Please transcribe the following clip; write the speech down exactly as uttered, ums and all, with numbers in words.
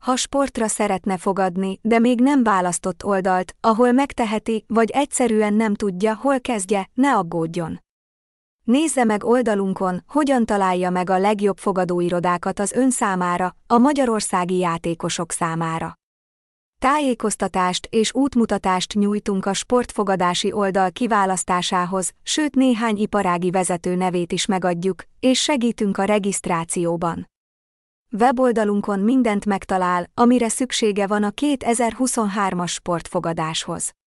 Ha sportra szeretne fogadni, de még nem választott oldalt, ahol megteheti, vagy egyszerűen nem tudja, hol kezdje, ne aggódjon. Nézze meg oldalunkon, hogyan találja meg a legjobb fogadóirodákat az ön számára, a magyarországi játékosok számára. Tájékoztatást és útmutatást nyújtunk a sportfogadási oldal kiválasztásához, sőt néhány iparági vezető nevét is megadjuk, és segítünk a regisztrációban. Weboldalunkon mindent megtalál, amire szüksége van a kétezer-huszonhármas sportfogadáshoz.